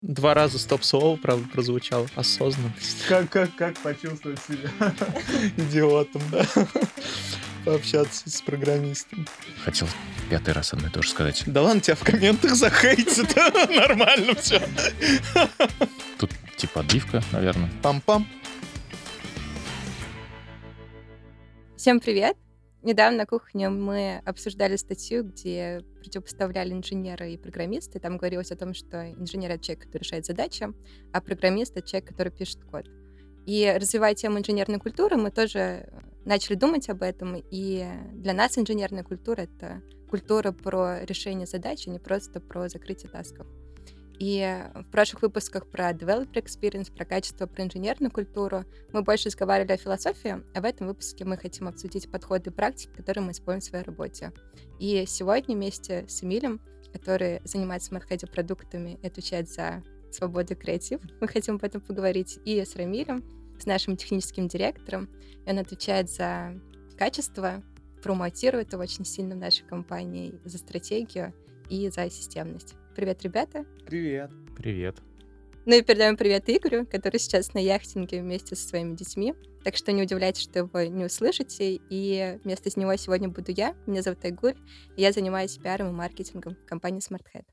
2 раза стоп-слово, правда, прозвучало. Осознанность. Как почувствовать себя? Идиотом, да. Пообщаться с программистом. Хотел 5-й раз одно и то же сказать. Да ладно, тебя в комментах захейтят. Нормально все. Тут типа отбивка, наверное. Пам-пам. Всем привет! Недавно на кухне мы обсуждали статью, где противопоставляли инженера и программиста, и там говорилось о том, что инженер — это человек, который решает задачи, а программист — это человек, который пишет код. И развивая тему инженерной культуры, мы тоже начали думать об этом, и для нас инженерная культура — это культура про решение задач, а не просто про закрытие тасков. И в прошлых выпусках про developer experience, про качество, про инженерную культуру мы больше разговаривали о философии, а в этом выпуске мы хотим обсудить подходы и практики, которые мы используем в своей работе. И сегодня вместе с Эмилем, который занимается в SmartHead продуктами и отвечает за свободу и креатив, мы хотим об этом поговорить, и с Рамилем, с нашим техническим директором. И он отвечает за качество, промотирует его очень сильно в нашей компании, за стратегию и за системность. Привет, ребята. Привет. Привет. Ну и передаем привет Игорю, который сейчас на яхтинге вместе со своими детьми. Так что не удивляйтесь, что его не услышите. И вместо него сегодня буду я. Меня зовут Айгуль. И я занимаюсь пиаром и маркетингом в компании SmartHead.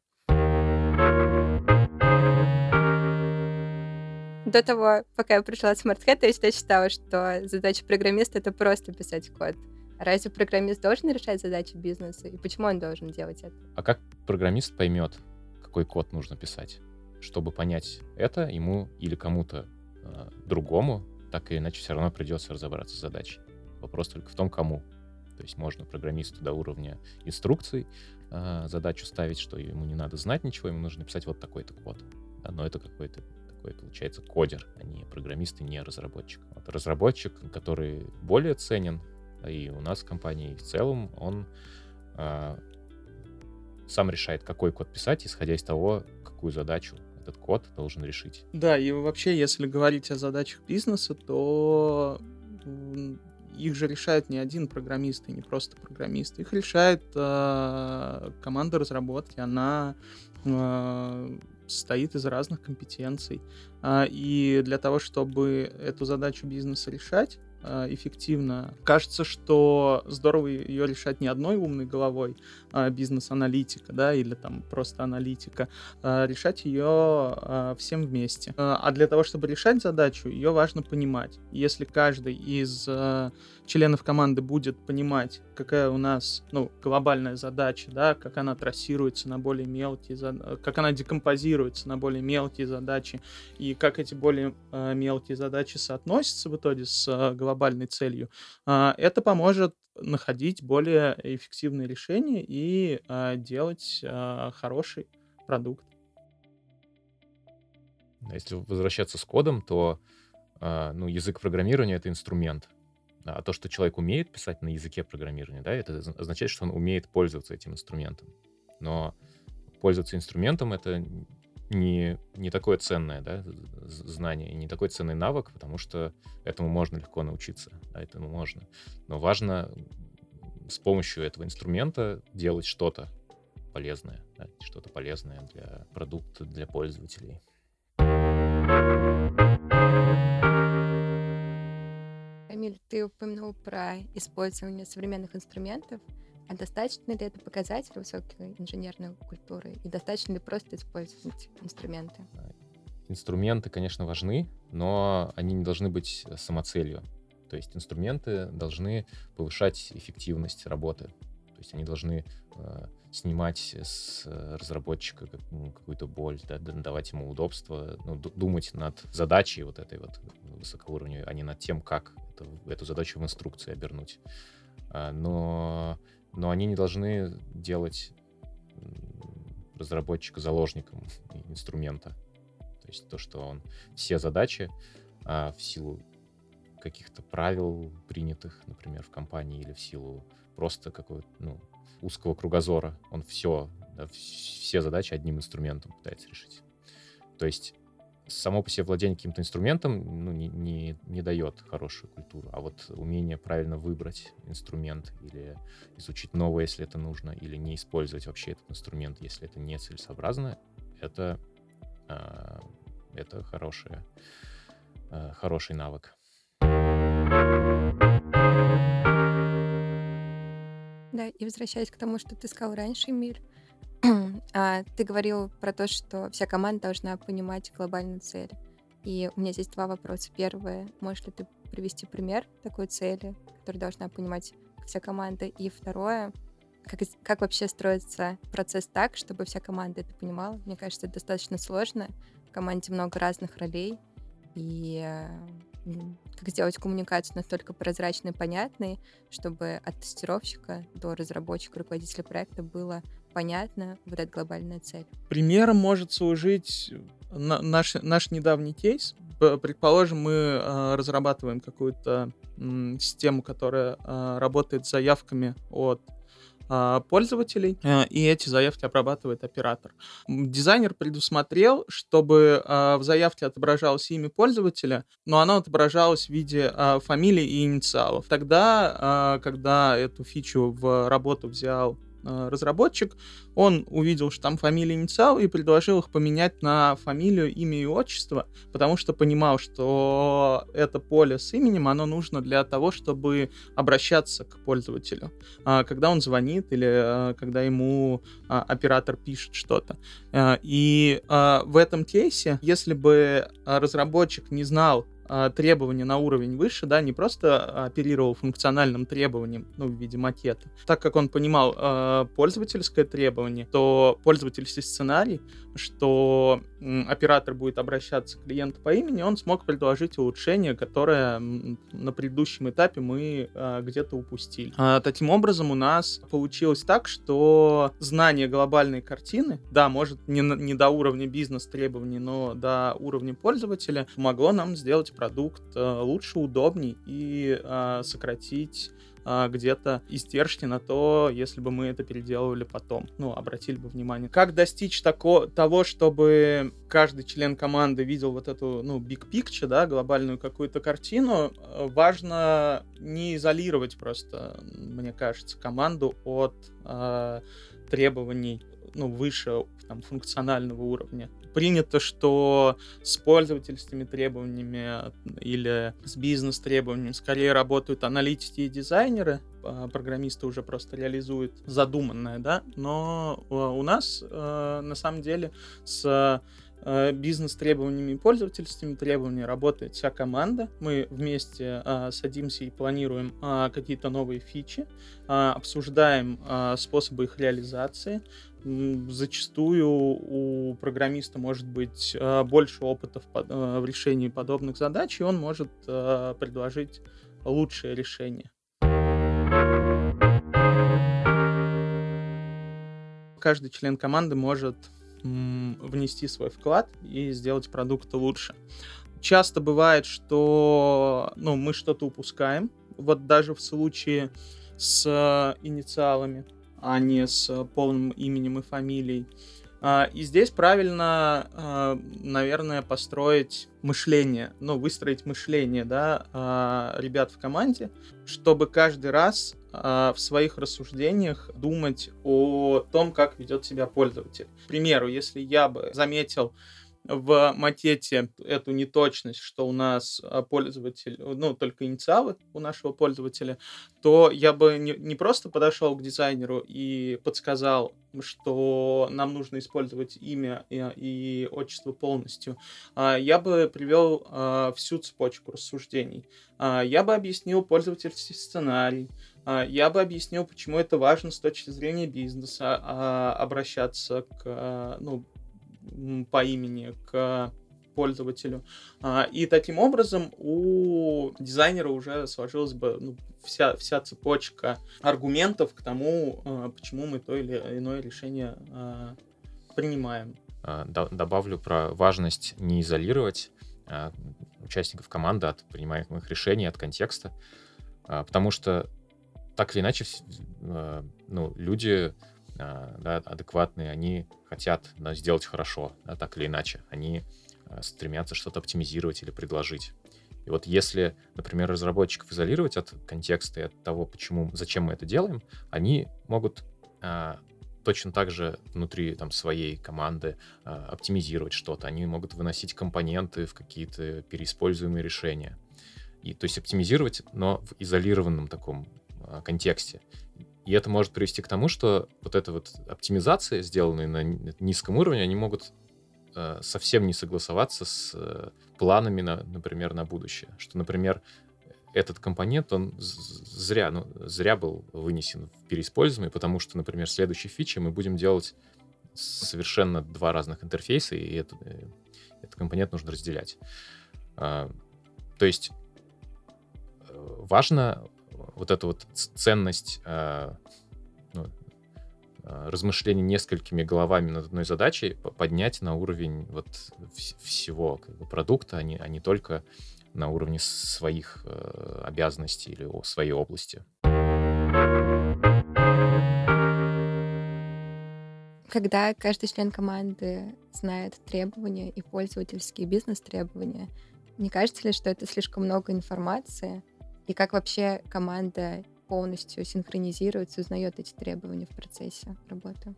До того, пока я пришла от SmartHead, я всегда считала, что задача программиста — это просто писать код. А разве программист должен решать задачи бизнеса? И почему он должен делать это? А как программист поймет, какой код нужно писать? Чтобы понять это, ему или кому-то другому, так или иначе все равно придется разобраться с задачей. Вопрос только в том, кому. То есть можно программисту до уровня инструкций задачу ставить, что ему не надо знать ничего, ему нужно написать вот такой-то код. Да, но это какой-то такой, получается, кодер, а не программист и не разработчик. Вот разработчик, который более ценен, и у нас в компании в целом, он сам решает, какой код писать, исходя из того, какую задачу этот код должен решить. Да, и вообще, если говорить о задачах бизнеса, то их же решает не один программист и не просто программист. Их решает команда разработки. Она состоит из разных компетенций. И для того, чтобы эту задачу бизнеса решать эффективно, кажется, что здорово ее решать не одной умной головой бизнес-аналитика, да, или там просто аналитика, решать ее всем вместе. А для того, чтобы решать задачу, ее важно понимать. Если каждый из членов команды будет понимать, какая у нас, глобальная задача, да, как она трассируется на более мелкие задачи, как она декомпозируется на более мелкие задачи, и как эти более мелкие задачи соотносятся в итоге с глобальной целью, это поможет находить более эффективные решения и делать хороший продукт. Если возвращаться с кодом, то язык программирования — это инструмент. А то, что человек умеет писать на языке программирования, да, это означает, что он умеет пользоваться этим инструментом. Но пользоваться инструментом — это не такое ценное, да, знание, не такой ценный навык, потому что этому можно легко научиться, да, этому можно. Но важно с помощью этого инструмента делать что-то полезное, да, что-то полезное для продукта, для пользователей. Эмиль, ты упомянул про использование современных инструментов. А достаточно ли это показатель высокой инженерной культуры? И достаточно ли просто использовать инструменты? Инструменты, конечно, важны, но они не должны быть самоцелью. То есть инструменты должны повышать эффективность работы. То есть они должны снимать с разработчика какую-то боль, да, давать ему удобство, думать над задачей вот этой вот высокоуровневой, а не над тем, как эту задачу в инструкции обернуть. Но они не должны делать разработчика заложником инструмента. То есть то, что он все задачи в силу каких-то правил, принятых, например, в компании, или в силу просто какого-то узкого кругозора, он все задачи одним инструментом пытается решить. То есть само по себе владение каким-то инструментом не дает хорошую культуру, а вот умение правильно выбрать инструмент или изучить новое, если это нужно, или не использовать вообще этот инструмент, если это не целесообразно, это Это хороший навык. Да, и возвращаясь к тому, что ты сказал раньше, Эмиль, ты говорил про то, что вся команда должна понимать глобальную цель. И у меня здесь два вопроса. Первое, можешь ли ты привести пример такой цели, которую должна понимать вся команда? И второе, как вообще строится процесс так, чтобы вся команда это понимала? Мне кажется, это достаточно сложно. В команде много разных ролей. И как сделать коммуникацию настолько прозрачной и понятной, чтобы от тестировщика до разработчика, руководителя проекта было понятно вот эта глобальная цель. Примером может служить наш недавний кейс. Предположим, мы разрабатываем какую-то систему, которая работает с заявками от пользователей, и эти заявки обрабатывает оператор. Дизайнер предусмотрел, чтобы в заявке отображалось имя пользователя, но оно отображалось в виде фамилии и инициалов. Тогда, когда эту фичу в работу взял разработчик, он увидел, что там фамилия, инициал, и предложил их поменять на фамилию, имя и отчество, потому что понимал, что это поле с именем, оно нужно для того, чтобы обращаться к пользователю, когда он звонит или когда ему оператор пишет что-то. И в этом кейсе, если бы разработчик не знал требования на уровень выше, да, не просто оперировал функциональным требованием, в виде макета. Так как он понимал пользовательское требование, то пользовательский сценарий, что оператор будет обращаться к клиенту по имени, он смог предложить улучшение, которое на предыдущем этапе мы где-то упустили. Таким образом, у нас получилось так, что знание глобальной картины, да, может не до уровня бизнес-требований, но до уровня пользователя, помогло нам сделать продукт лучше, удобней и сократить где-то издержки на то, если бы мы это переделывали потом. Обратили бы внимание. Как достичь того, чтобы каждый член команды видел вот эту, big picture, да, глобальную какую-то картину, важно не изолировать просто, мне кажется, команду от требований, выше функционального уровня. Принято, что с пользовательскими требованиями или с бизнес-требованиями скорее работают аналитики и дизайнеры, программисты уже просто реализуют задуманное, да, но у нас на самом деле с бизнес-требованиями и пользовательскими требованиями работает вся команда. Мы вместе садимся и планируем какие-то новые фичи, обсуждаем способы их реализации. Зачастую у программиста может быть больше опыта в решении подобных задач, и он может предложить лучшее решение. Каждый член команды может внести свой вклад и сделать продукт лучше. Часто бывает, что мы что-то упускаем. Вот даже в случае с инициалами, а не с полным именем и фамилией. И здесь правильно, наверное, построить мышление, выстроить мышление, да, ребят в команде, чтобы каждый раз в своих рассуждениях думать о том, как ведет себя пользователь. К примеру, если я бы заметил в макете эту неточность, что у нас пользователь, только инициалы у нашего пользователя, то я бы не просто подошел к дизайнеру и подсказал, что нам нужно использовать имя и отчество полностью. Я бы привел всю цепочку рассуждений. Я бы объяснил пользовательский сценарий. Я бы объяснил, почему это важно с точки зрения бизнеса, обращаться по имени к пользователю. И таким образом у дизайнера уже сложилась бы вся цепочка аргументов к тому, почему мы то или иное решение принимаем. Добавлю про важность не изолировать участников команды от принимаемых решений, от контекста, потому что так или иначе люди адекватные, они хотят сделать хорошо, так или иначе. Они стремятся что-то оптимизировать или предложить. И вот если, например, разработчиков изолировать от контекста и от того, зачем мы это делаем, они могут точно так же внутри там своей команды оптимизировать что-то. Они могут выносить компоненты в какие-то переиспользуемые решения. И, то есть оптимизировать, но в изолированном таком контексте. И это может привести к тому, что вот эта вот оптимизация, сделанная на низком уровне, они могут совсем не согласоваться с планами, например, на будущее. Что, например, этот компонент, он зря был вынесен в переиспользуемый, потому что, например, следующей фичей мы будем делать совершенно два разных интерфейса, и этот компонент нужно разделять. То есть важно вот эту вот ценность размышлений несколькими головами над одной задачей поднять на уровень вот всего как бы продукта, а не только на уровне своих обязанностей или своей области. Когда каждый член команды знает требования и пользовательские бизнес-требования, не кажется ли, что это слишком много информации? И как вообще команда полностью синхронизируется, узнает эти требования в процессе работы?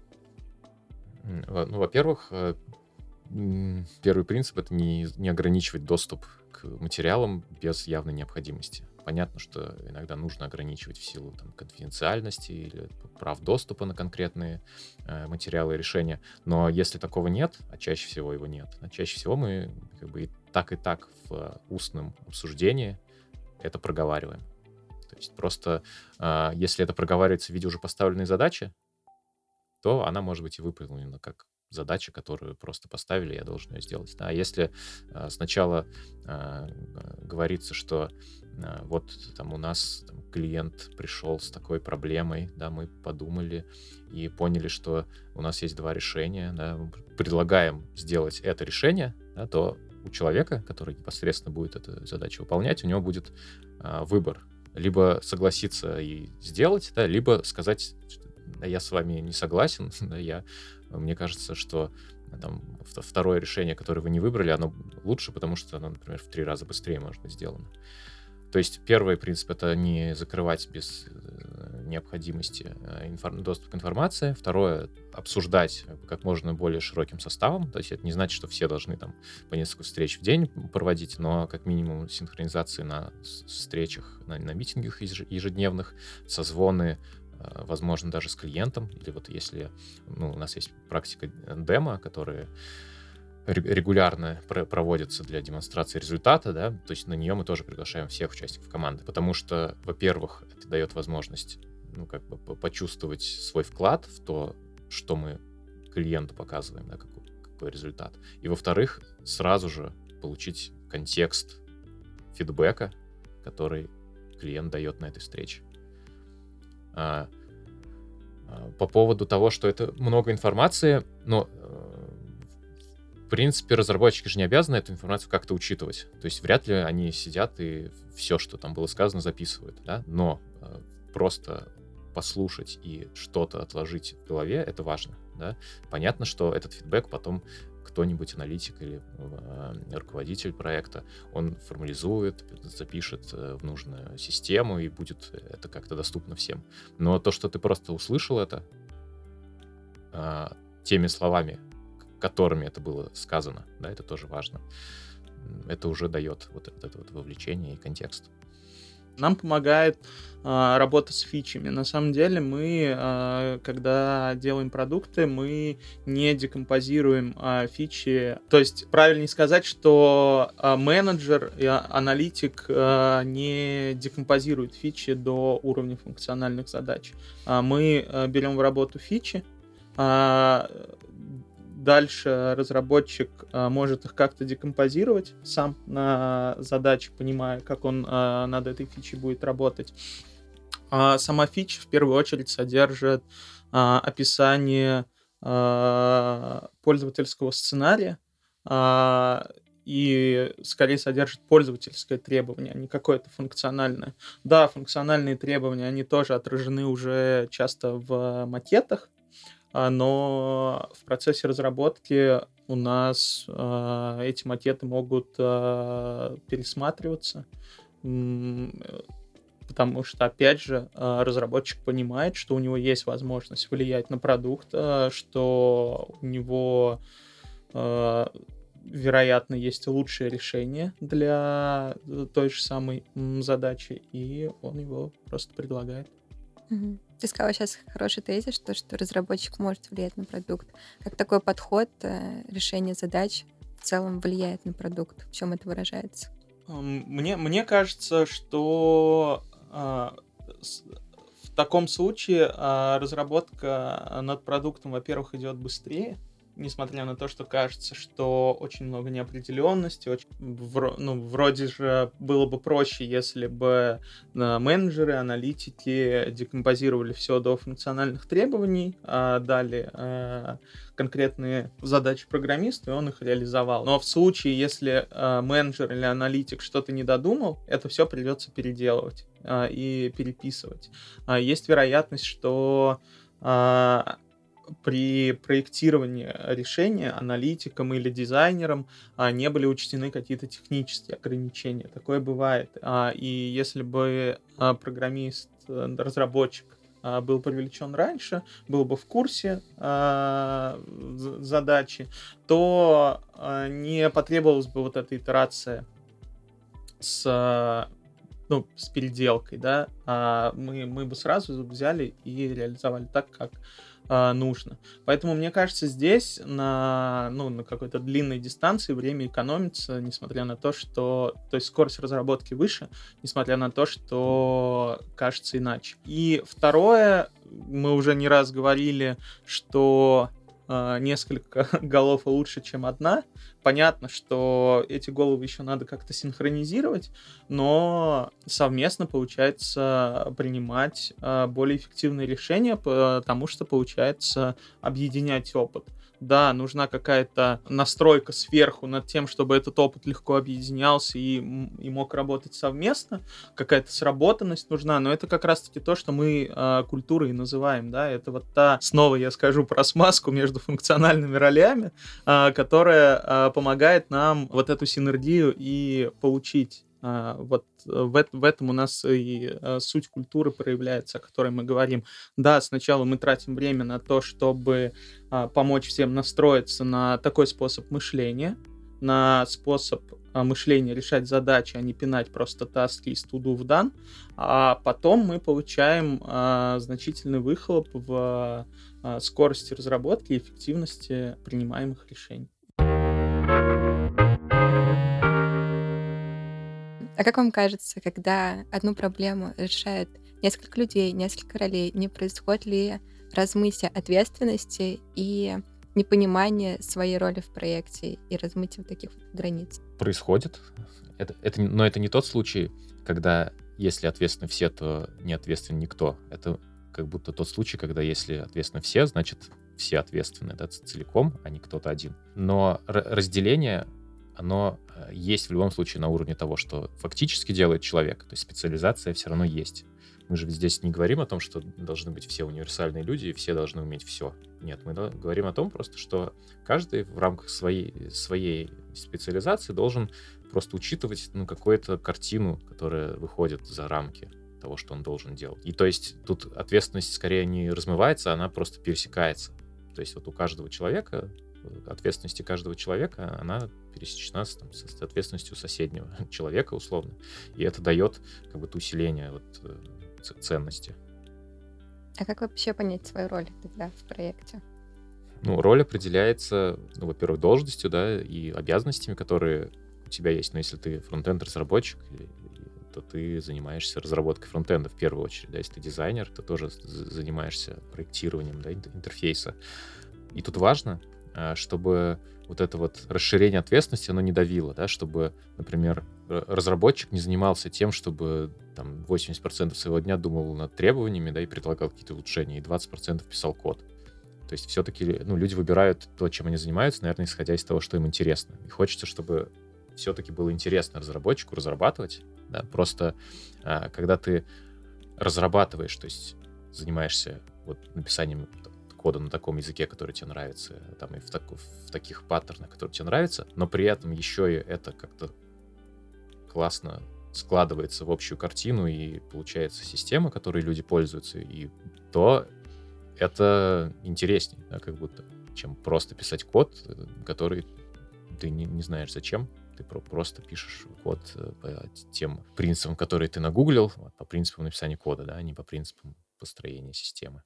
Ну, во-первых, первый принцип — это не ограничивать доступ к материалам без явной необходимости. Понятно, что иногда нужно ограничивать в силу там, конфиденциальности или прав доступа на конкретные материалы и решения. Но если такого нет, а чаще всего его нет, чаще всего мы как бы и так в устном обсуждении это проговариваем. То есть просто если это проговаривается в виде уже поставленной задачи, то она может быть и выполнена как задача, которую просто поставили, я должен ее сделать. А если сначала говорится, что вот там у нас там, клиент пришел с такой проблемой, да, мы подумали и поняли, что у нас есть два решения, да, мы предлагаем сделать это решение, да, то у человека, который непосредственно будет эту задачу выполнять, у него будет выбор. Либо согласиться и сделать, да, либо сказать, да, я с вами не согласен, да, мне кажется, что там, второе решение, которое вы не выбрали, оно лучше, потому что оно, например, в 3 раза быстрее может быть сделано. То есть первый принцип — это не закрывать без необходимости доступ к информации. Второе — обсуждать как можно более широким составом. То есть это не значит, что все должны там по несколько встреч в день проводить, но как минимум синхронизации на встречах, на митингах ежедневных, созвоны, возможно, даже с клиентом. Или вот если у нас есть практика демо, которые регулярно проводится для демонстрации результата, да, то есть на нее мы тоже приглашаем всех участников команды, потому что, во-первых, это дает возможность, как бы почувствовать свой вклад в то, что мы клиенту показываем, да, какой результат. И, во-вторых, сразу же получить контекст фидбэка, который клиент дает на этой встрече. По поводу того, что это много информации, в принципе, разработчики же не обязаны эту информацию как-то учитывать. То есть вряд ли они сидят и все, что там было сказано, записывают. Да? Но просто послушать и что-то отложить в голове — это важно. Да? Понятно, что этот фидбэк потом кто-нибудь, аналитик или руководитель проекта, он формализует, запишет в нужную систему, и будет это как-то доступно всем. Но то, что ты просто услышал это теми словами, которыми это было сказано, да, это тоже важно. Это уже дает вот это вот вовлечение и контекст. Нам помогает работа с фичами. На самом деле мы, когда делаем продукты, мы не декомпозируем фичи. То есть правильнее сказать, что менеджер и аналитик не декомпозируют фичи до уровня функциональных задач. Мы берем в работу фичи, дальше разработчик может их как-то декомпозировать сам на задаче, понимая, как он над этой фичей будет работать. Сама фича в первую очередь содержит описание пользовательского сценария и скорее содержит пользовательское требование, а не какое-то функциональное. Да, функциональные требования, они тоже отражены уже часто в макетах, но в процессе разработки у нас эти макеты могут пересматриваться. Потому что, опять же, разработчик понимает, что у него есть возможность влиять на продукт, что у него, вероятно, есть лучшее решение для той же самой задачи, и он его просто предлагает. Ты сказала сейчас хороший тезис, что разработчик может влиять на продукт. Как такой подход, решение задач в целом влияет на продукт? В чем это выражается? Мне кажется, что в таком случае разработка над продуктом, во-первых, идет быстрее, несмотря на то, что кажется, что очень много неопределенности. Вроде же было бы проще, если бы менеджеры, аналитики декомпозировали все до функциональных требований, дали конкретные задачи программисту, и он их реализовал. Но в случае, если менеджер или аналитик что-то не додумал, это все придется переделывать и переписывать. Есть вероятность, что при проектировании решения аналитикам или дизайнерам не были учтены какие-то технические ограничения. Такое бывает. И если бы программист, разработчик был привлечен раньше, был бы в курсе задачи, то не потребовалась бы вот эта итерация с переделкой, да, мы бы сразу взяли и реализовали так, как нужно. Поэтому, мне кажется, здесь на какой-то длинной дистанции время экономится, несмотря на то, что... То есть скорость разработки выше, несмотря на то, что кажется иначе. И второе, мы уже не раз говорили, что несколько голов лучше, чем одна. Понятно, что эти головы еще надо как-то синхронизировать, но совместно получается принимать более эффективные решения, потому что получается объединять опыт. Да, нужна какая-то настройка сверху над тем, чтобы этот опыт легко объединялся и мог работать совместно. Какая-то сработанность нужна, но это как раз-таки то, что мы культурой называем, да, это вот та, снова я скажу про смазку между функциональными ролями, которая помогает нам вот эту синергию и получить. Вот в этом у нас и суть культуры проявляется, о которой мы говорим. Да, сначала мы тратим время на то, чтобы помочь всем настроиться на такой способ мышления, на способ мышления решать задачи, а не пинать просто таски из to do в done, а потом мы получаем значительный выхлоп в скорости разработки и эффективности принимаемых решений. А как вам кажется, когда одну проблему решает несколько людей, несколько ролей, не происходит ли размытие ответственности и непонимание своей роли в проекте и размытие вот таких вот границ? Происходит. Но это не тот случай, когда если ответственны все, то не ответственен никто. Это как будто тот случай, когда если ответственны все, значит все ответственны, да, целиком, а не кто-то один. Но разделение, оно есть в любом случае на уровне того, что фактически делает человек. То есть специализация все равно есть. Мы же здесь не говорим о том, что должны быть все универсальные люди и все должны уметь все. Нет, мы говорим о том просто, что каждый в рамках своей специализации должен просто учитывать какую-то картину, которая выходит за рамки того, что он должен делать. И то есть тут ответственность скорее не размывается, она просто пересекается. То есть вот у каждого человека, ответственности каждого человека, она пересечена с ответственностью соседнего человека, условно. И это дает как будто усиление ценности. А как вообще понять свою роль тогда в проекте? Роль определяется, во-первых, должностью, да, и обязанностями, которые у тебя есть. Но если ты фронтенд-разработчик, то ты занимаешься разработкой фронтенда в первую очередь. Да? Если ты дизайнер, ты тоже занимаешься проектированием, да, интерфейса. И тут важно, чтобы вот это вот расширение ответственности, оно не давило, да, чтобы, например, разработчик не занимался тем, чтобы там 80% своего дня думал над требованиями, да, и предлагал какие-то улучшения, и 20% писал код. То есть все-таки люди выбирают то, чем они занимаются, наверное, исходя из того, что им интересно. И хочется, чтобы все-таки было интересно разработчику разрабатывать. Да? Просто когда ты разрабатываешь, то есть занимаешься написанием кода на таком языке, который тебе нравится, там, и в таких паттернах, которые тебе нравятся, но при этом еще и это как-то классно складывается в общую картину и получается система, которой люди пользуются, и то это интереснее, да, как будто, чем просто писать код, который ты не знаешь зачем. Ты просто пишешь код по тем принципам, которые ты нагуглил, по принципам написания кода, да, а не по принципам построения системы.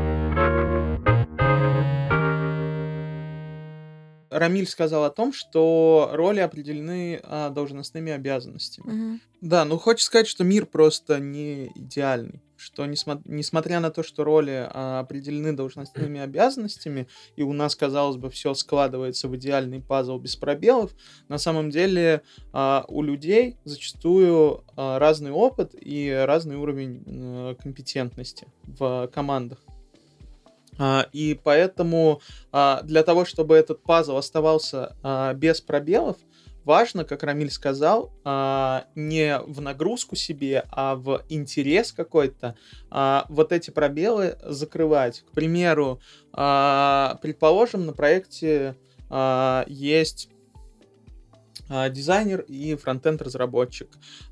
Рамиль сказал о том, что роли определены должностными обязанностями. Мгм. Да, ну хочется сказать, что мир просто не идеальный. Что несмотря на то, что роли определены должностными обязанностями, и у нас, казалось бы, все складывается в идеальный пазл без пробелов, на самом деле у людей зачастую разный опыт и разный уровень компетентности в командах. И поэтому для того, чтобы этот пазл оставался без пробелов, важно, как Рамиль сказал, не в нагрузку себе, а в интерес какой-то вот эти пробелы закрывать. К примеру, предположим, на проекте есть дизайнер и фронтенд-разработчик.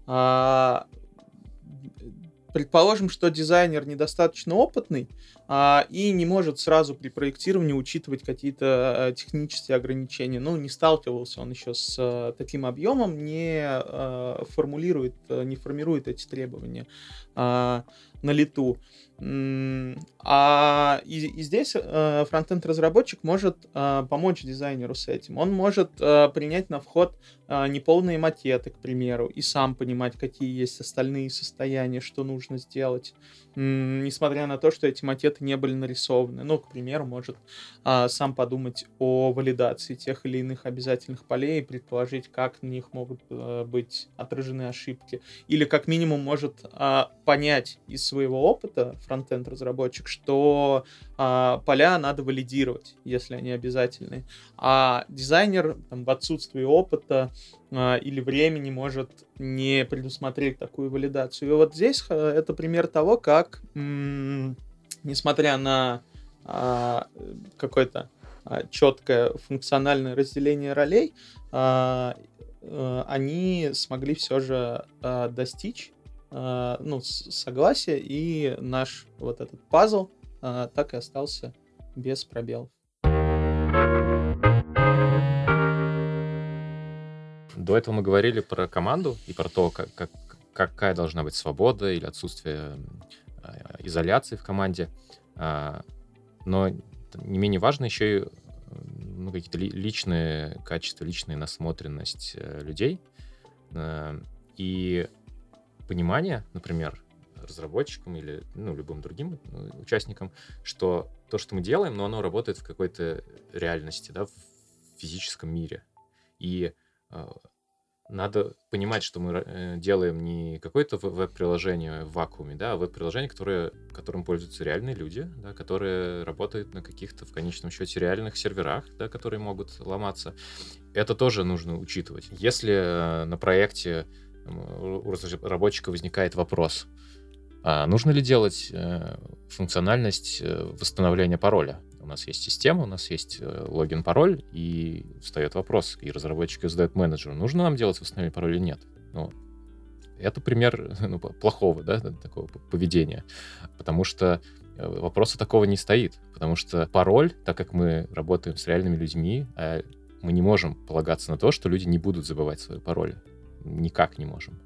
Предположим, что дизайнер недостаточно опытный и не может сразу при проектировании учитывать какие-то технические ограничения. Ну, не сталкивался он еще с таким объемом, не формирует эти требования на лету. И здесь фронтенд-разработчик может помочь дизайнеру с этим. Он может принять на вход неполные макеты, к примеру, и сам понимать, какие есть остальные состояния, что нужно сделать, несмотря на то, что эти макеты не были нарисованы. Ну, к примеру, может сам подумать о валидации тех или иных обязательных полей и предположить, как на них могут быть отражены ошибки. Или, как минимум, может понять из своего опыта фронтенд-разработчик, что поля надо валидировать, если они обязательные. А дизайнер в отсутствии опыта или времени может не предусмотреть такую валидацию. И вот здесь это пример того, как, несмотря на какое-то четкое функциональное разделение ролей, они смогли все же достичь согласия, и наш вот этот пазл так и остался без пробелов. До этого мы говорили про команду и про то, какая должна быть свобода или отсутствие изоляции в команде. Но не менее важно еще и какие-то личные качества, личная насмотренность людей и понимание, например, разработчикам или любым другим участникам, что то, что мы делаем, но оно работает в какой-то реальности, да, в физическом мире. И надо понимать, что мы делаем не какое-то веб-приложение в вакууме, да, а веб-приложение, которым пользуются реальные люди, да, которые работают на каких-то, в конечном счете, реальных серверах, да, которые могут ломаться. Это тоже нужно учитывать. Если на проекте у разработчика возникает вопрос, нужно ли делать функциональность восстановления пароля? У нас есть система, у нас есть логин-пароль, и встает вопрос, и разработчики задают менеджеру, нужно нам делать восстановление пароля или нет. Это пример плохого, да, такого поведения, потому что вопроса такого не стоит, потому что пароль, так как мы работаем с реальными людьми, мы не можем полагаться на то, что люди не будут забывать свои пароли. Никак не можем.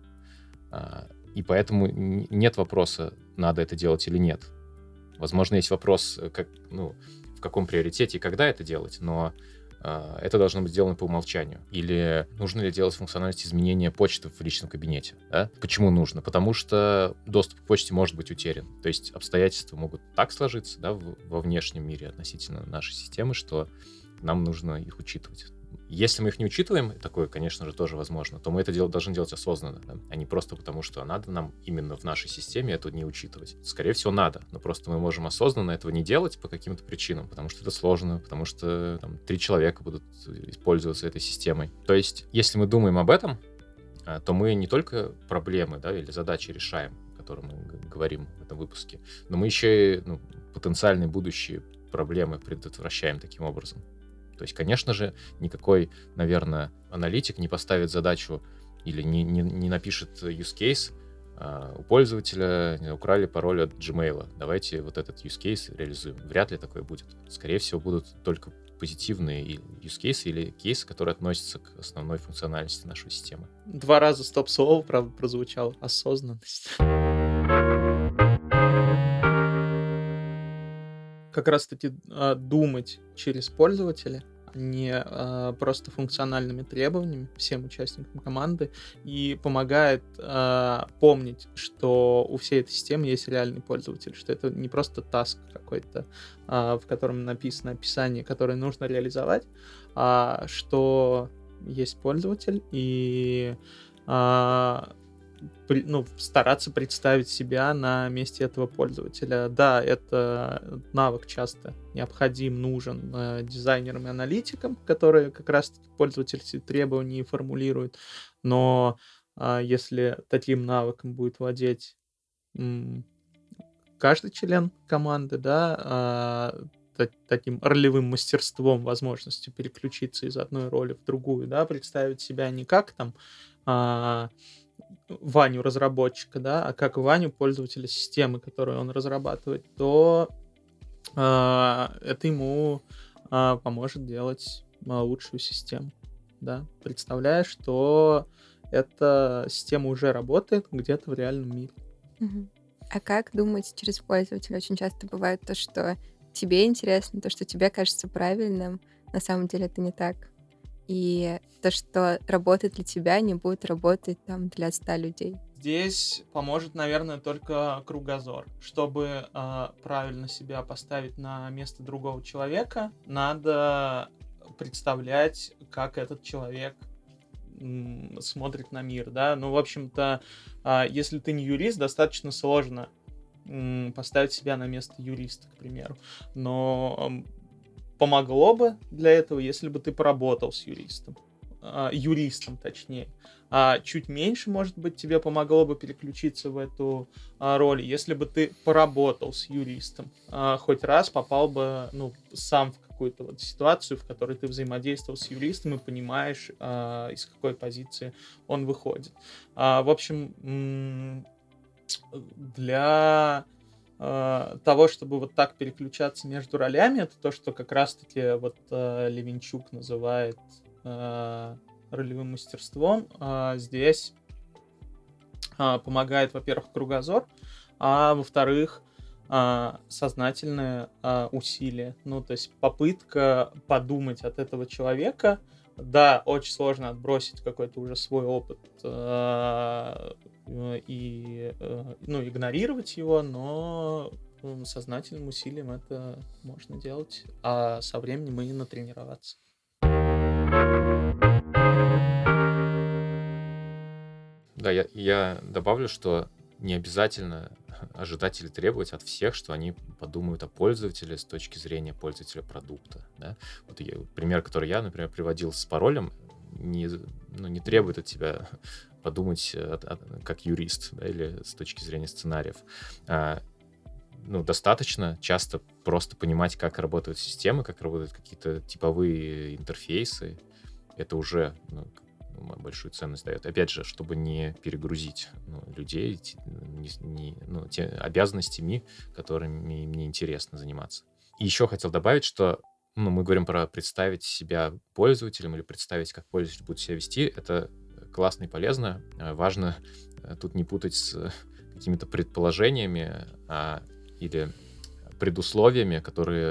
И поэтому нет вопроса, надо это делать или нет. Возможно, есть вопрос, в каком приоритете и когда это делать, но это должно быть сделано по умолчанию. Или нужно ли делать функциональность изменения почты в личном кабинете? Да? Почему нужно? Потому что доступ к почте может быть утерян. То есть обстоятельства могут так сложиться, да, во внешнем мире относительно нашей системы, что нам нужно их учитывать. Если мы их не учитываем, такое, конечно же, тоже возможно, то мы это должны делать осознанно, да? А не просто потому, что надо нам именно в нашей системе это не учитывать. Скорее всего, надо, но просто мы можем осознанно этого не делать по каким-то причинам, потому что это сложно, потому что 3 человека будут пользоваться этой системой. То есть, если мы думаем об этом, то мы не только проблемы, да, или задачи решаем, о которых мы говорим в этом выпуске, но мы еще и потенциальные будущие проблемы предотвращаем таким образом. То есть, конечно же, никакой, наверное, аналитик не поставит задачу или не напишет use case, у пользователя украли пароль от Gmail. Давайте вот этот use case реализуем. Вряд ли такое будет. Скорее всего, будут только позитивные use case или кейсы, которые относятся к основной функциональности нашей системы. 2 раза стоп-слово, правда, прозвучало. Осознанность. Как раз-таки думать через пользователя, не просто функциональными требованиями всем участникам команды, и помогает помнить, что у всей этой системы есть реальный пользователь, что это не просто таск какой-то, в котором написано описание, которое нужно реализовать, а что есть пользователь, и стараться представить себя на месте этого пользователя. Да, это навык часто необходим, нужен дизайнерам и аналитикам, которые как раз пользовательские требования формулируют, но если таким навыком будет владеть каждый член команды, да, таким ролевым мастерством, возможностью переключиться из одной роли в другую, да, представить себя не как там Ваню разработчика, да, а как Ваню пользователя системы, которую он разрабатывает, то это ему поможет делать лучшую систему, да, представляя, что эта система уже работает где-то в реальном мире. А как думать через пользователя? Очень часто бывает то, что тебе интересно, то, что тебе кажется правильным, на самом деле это не так. И то, что работает для тебя, не будет работать там для 100 людей. Здесь поможет, наверное, только кругозор. Чтобы правильно себя поставить на место другого человека, надо представлять, как этот человек смотрит на мир, да. Ну, в общем-то, если ты не юрист, достаточно сложно поставить себя на место юриста, к примеру. Но помогло бы для этого, если бы ты поработал с юристом точнее. Чуть меньше, может быть, тебе помогло бы переключиться в эту роль, если бы ты поработал с юристом. Хоть раз попал бы, сам в какую-то вот ситуацию, в которой ты взаимодействовал с юристом и понимаешь, из какой позиции он выходит. В общем, для того, чтобы вот так переключаться между ролями, это то, что как раз-таки вот Левинчук называет ролевым мастерством. Здесь помогает, во-первых, кругозор, а во-вторых, сознательное усилие. Ну, то есть попытка подумать от этого человека. Да, очень сложно отбросить какой-то уже свой опыт и игнорировать его, но сознательным усилием это можно делать, а со временем и натренироваться. Да, я добавлю, что не обязательно ожидать или требовать от всех, что они подумают о пользователе с точки зрения пользователя продукта. Да? Вот пример, который я, например, приводил с паролем, не требует от тебя подумать как юрист, да, или с точки зрения сценариев. Достаточно часто просто понимать, как работают системы, как работают какие-то типовые интерфейсы. Это уже большую ценность дает. Опять же, чтобы не перегрузить людей те обязанностями, которыми мне интересно заниматься. И еще хотел добавить, что мы говорим про представить себя пользователем или представить, как пользователь будет себя вести. Это классно и полезно. Важно тут не путать с какими-то предположениями или предусловиями,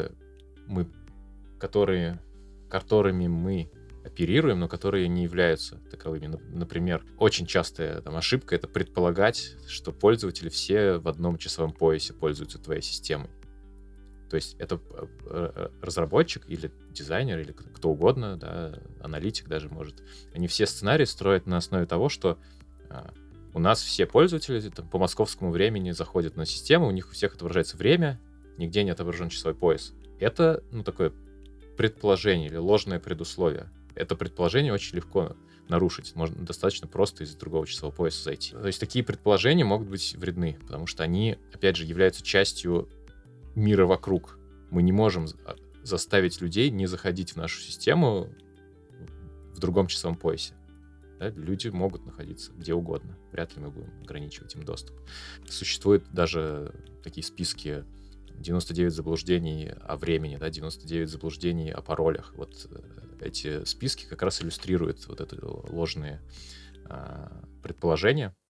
которыми мы оперируем, но которые не являются таковыми. Например, очень частая ошибка — это предполагать, что пользователи все в одном часовом поясе пользуются твоей системой. То есть это разработчик или дизайнер, или кто угодно, да, аналитик даже может. Они все сценарии строят на основе того, что у нас все пользователи по московскому времени заходят на систему, у них у всех отображается время, нигде не отображен часовой пояс. Это, такое предположение или ложное предусловие. Это предположение очень легко нарушить. Можно достаточно просто из другого часового пояса зайти. То есть такие предположения могут быть вредны, потому что они, опять же, являются частью мира вокруг. Мы не можем заставить людей не заходить в нашу систему в другом часовом поясе. Да? Люди могут находиться где угодно. Вряд ли мы будем ограничивать им доступ. Существуют даже такие списки 99 заблуждений о времени, да, 99 заблуждений о паролях. Вот эти списки как раз иллюстрируют вот это ложные предположения.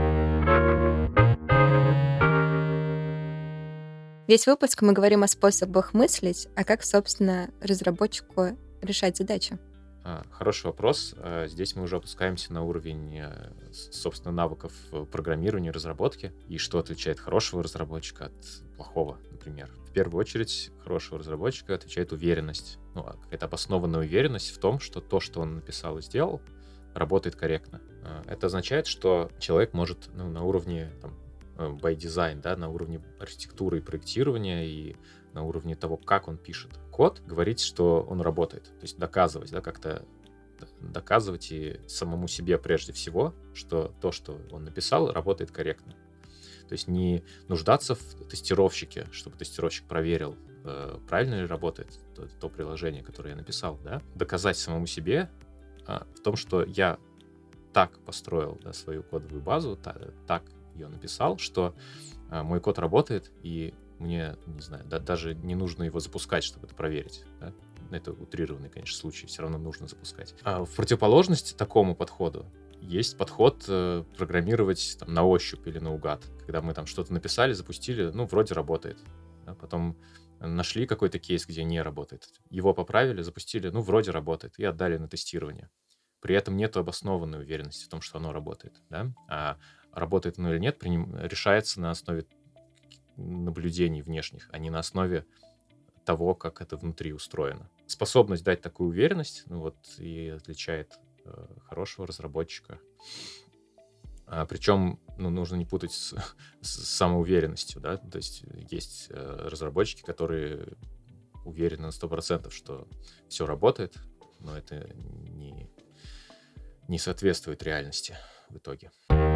Весь выпуск мы говорим о способах мыслить, а как, собственно, разработчику решать задачи. Хороший вопрос. Здесь мы уже опускаемся на уровень, собственно, навыков программирования, разработки. И что отличает хорошего разработчика от плохого, например. В первую очередь, хорошего разработчика отличает уверенность. Какая-то обоснованная уверенность в том, что то, что он написал и сделал, работает корректно. Это означает, что человек может на уровне by design, да, на уровне архитектуры и проектирования и на уровне того, как он пишет код, говорить, что он работает. То есть доказывать, да, как-то доказывать и самому себе прежде всего, что то, что он написал, работает корректно. То есть не нуждаться в тестировщике, чтобы тестировщик проверил, правильно ли работает то приложение, которое я написал. Да? Доказать самому себе в том, что я так построил, да, свою кодовую базу, так ее написал, что мой код работает, и мне, не знаю, даже не нужно его запускать, чтобы это проверить. Да? Это утрированный, конечно, случай, все равно нужно запускать. А в противоположность такому подходу есть подход программировать на ощупь или наугад. Когда мы что-то написали, запустили, вроде работает. Да? Потом нашли какой-то кейс, где не работает. Его поправили, запустили, вроде работает, и отдали на тестирование. При этом нет обоснованной уверенности в том, что оно работает. Да? А работает оно или нет, решается на основе наблюдений внешних, а не на основе того, как это внутри устроено. Способность дать такую уверенность, и отличает хорошего разработчика. Причем, нужно не путать с самоуверенностью, да, то есть разработчики, которые уверены на 100%, что все работает, но это не соответствует реальности в итоге.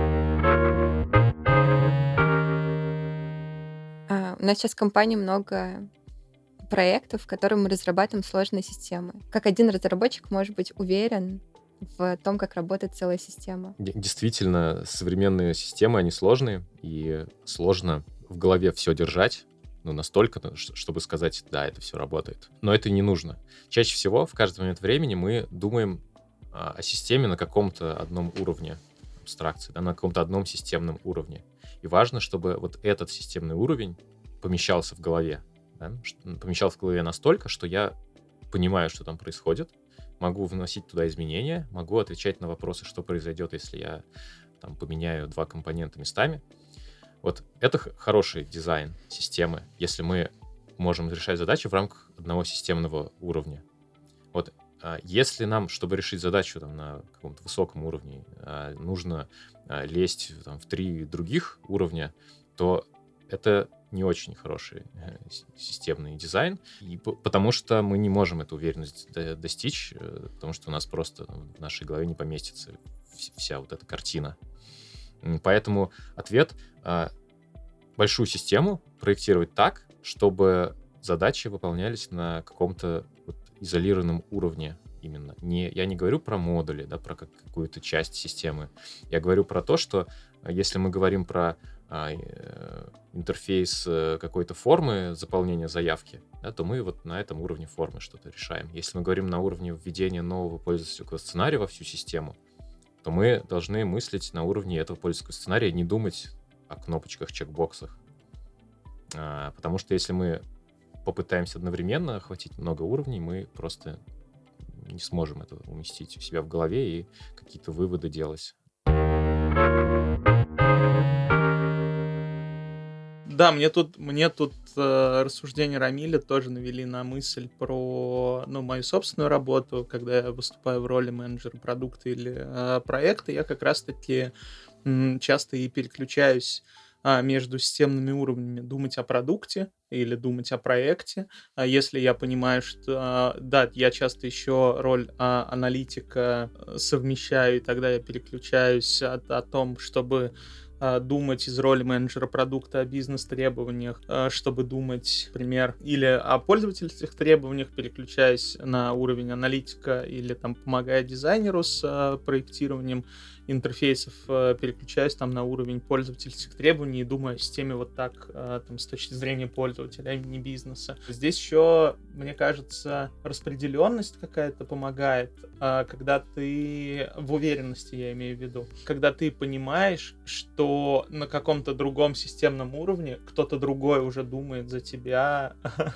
У нас сейчас в компании много проектов, в которых мы разрабатываем сложные системы. Как один разработчик может быть уверен в том, как работает целая система? Действительно, современные системы, они сложные, и сложно в голове все держать, настолько, чтобы сказать, да, это все работает. Но это не нужно. Чаще всего в каждый момент времени мы думаем о системе на каком-то одном уровне абстракции, да, на каком-то одном системном уровне. И важно, чтобы вот этот системный уровень помещался в голове. Да? Помещался в голове настолько, что я понимаю, что там происходит, могу вносить туда изменения, могу отвечать на вопросы, что произойдет, если я поменяю два компонента местами. Вот это хороший дизайн системы, если мы можем решать задачи в рамках одного системного уровня. Вот если нам, чтобы решить задачу на каком-то высоком уровне, нужно лезть в 3 других уровня, то это не очень хороший системный дизайн, потому что мы не можем эту уверенность достичь, потому что у нас просто в нашей голове не поместится вся вот эта картина. Поэтому ответ — большую систему проектировать так, чтобы задачи выполнялись на каком-то изолированном уровне именно. Я не говорю про модули, да, про какую-то часть системы. Я говорю про то, что если мы говорим про интерфейс какой-то формы заполнения заявки, да, то мы на этом уровне формы что-то решаем. Если мы говорим на уровне введения нового пользовательского сценария во всю систему, то мы должны мыслить на уровне этого пользовательского сценария, не думать о кнопочках, чекбоксах. Потому что если мы попытаемся одновременно охватить много уровней, мы просто не сможем это уместить у себя в голове и какие-то выводы делать. Да, мне тут рассуждения Рамиля тоже навели на мысль про мою собственную работу, когда я выступаю в роли менеджера продукта или проекта, я как раз-таки часто и переключаюсь между системными уровнями, думать о продукте или думать о проекте. Если я понимаю, что, да, я часто еще роль аналитика совмещаю, и тогда я переключаюсь о том, чтобы думать из роли менеджера продукта о бизнес-требованиях, чтобы думать, например, или о пользовательских требованиях, переключаясь на уровень аналитика, или там помогая дизайнеру с проектированием интерфейсов, переключаясь там на уровень пользовательских требований и думая о системе вот так, там, с точки зрения пользователя, а не бизнеса. Здесь еще, мне кажется, распределенность какая-то помогает, когда ты в уверенности, я имею в виду, когда ты понимаешь, что на каком-то другом системном уровне кто-то другой уже думает за тебя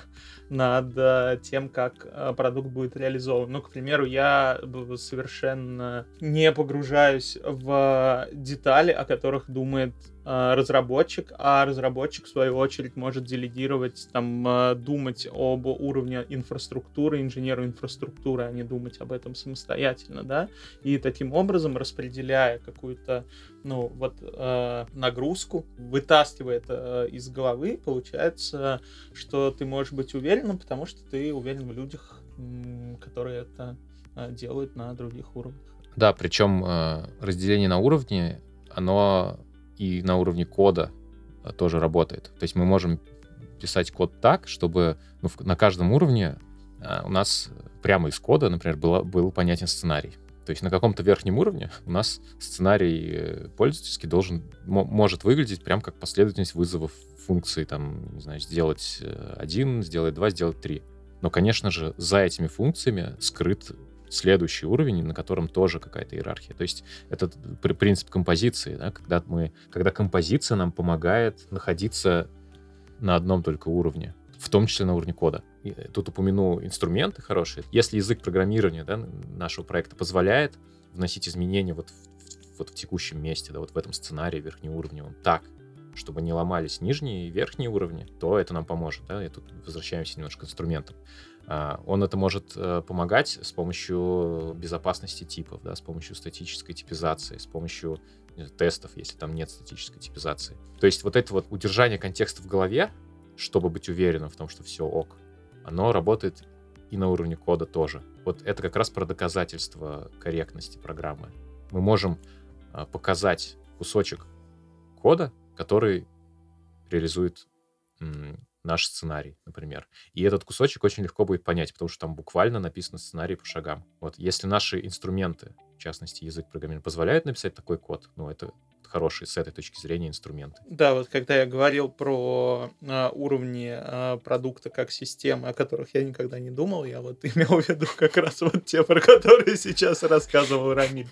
над тем, как продукт будет реализован. Ну, к примеру, я совершенно не погружаюсь в детали, о которых думает разработчик, а разработчик, в свою очередь, может делегировать, там, думать об уровне инфраструктуры, инженеру инфраструктуры, а не думать об этом самостоятельно, да, и таким образом, распределяя какую-то, ну, вот, нагрузку, вытаскивая это из головы, получается, что ты можешь быть уверенным, потому что ты уверен в людях, которые это делают на других уровнях. Да, причем разделение на уровни, оно и на уровне кода тоже работает. То есть мы можем писать код так, чтобы на каждом уровне у нас прямо из кода, например, был понятен сценарий. То есть на каком-то верхнем уровне у нас сценарий пользовательский может выглядеть прям как последовательность вызовов функций, там, не знаю, сделать 1, сделать 2, сделать 3. Но, конечно же, за этими функциями скрыт следующий уровень, на котором тоже какая-то иерархия. То есть это принцип композиции, да, когда композиция нам помогает находиться на одном только уровне, в том числе на уровне кода. И тут упомяну инструменты хорошие. Если язык программирования, да, нашего проекта позволяет вносить изменения вот в текущем месте, да, вот в этом сценарии верхнеуровневом, так, чтобы не ломались нижние и верхние уровни, то это нам поможет. Да? И тут возвращаемся немножко к инструментам. Он это может помогать с помощью безопасности типов, да, с помощью статической типизации, с помощью тестов, если там нет статической типизации. То есть вот это вот удержание контекста в голове, чтобы быть уверенным в том, что все ок, оно работает и на уровне кода тоже. Вот это как раз про доказательство корректности программы. Мы можем показать кусочек кода, который реализует наш сценарий, например. И этот кусочек очень легко будет понять, потому что там буквально написан сценарий по шагам. Вот если наши инструменты, в частности, язык программирования, позволяют написать такой код, ну, это хорошие с этой точки зрения инструменты. Да, вот когда я говорил про уровни продукта как системы, о которых я никогда не думал, я вот имел в виду как раз вот те, про которые сейчас рассказывал Рамиль.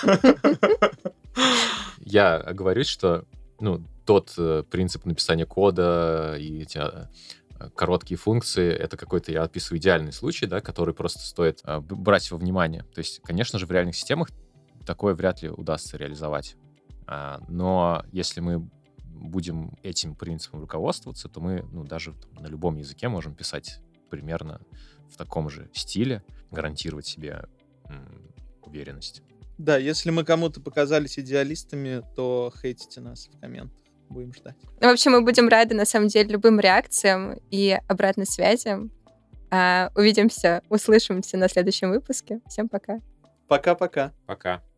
Я оговорюсь, что тот принцип написания кода и эти короткие функции, это какой-то, я описываю идеальный случай, да, который просто стоит брать во внимание. То есть, конечно же, в реальных системах такое вряд ли удастся реализовать. Но если мы будем этим принципом руководствоваться, то мы даже на любом языке можем писать примерно в таком же стиле, гарантировать себе уверенность. Да, если мы кому-то показались идеалистами, то хейтите нас в комментах. Будем ждать. В общем, мы будем рады, на самом деле, любым реакциям и обратной связи. Увидимся, услышимся на следующем выпуске. Всем пока. Пока-пока. Пока.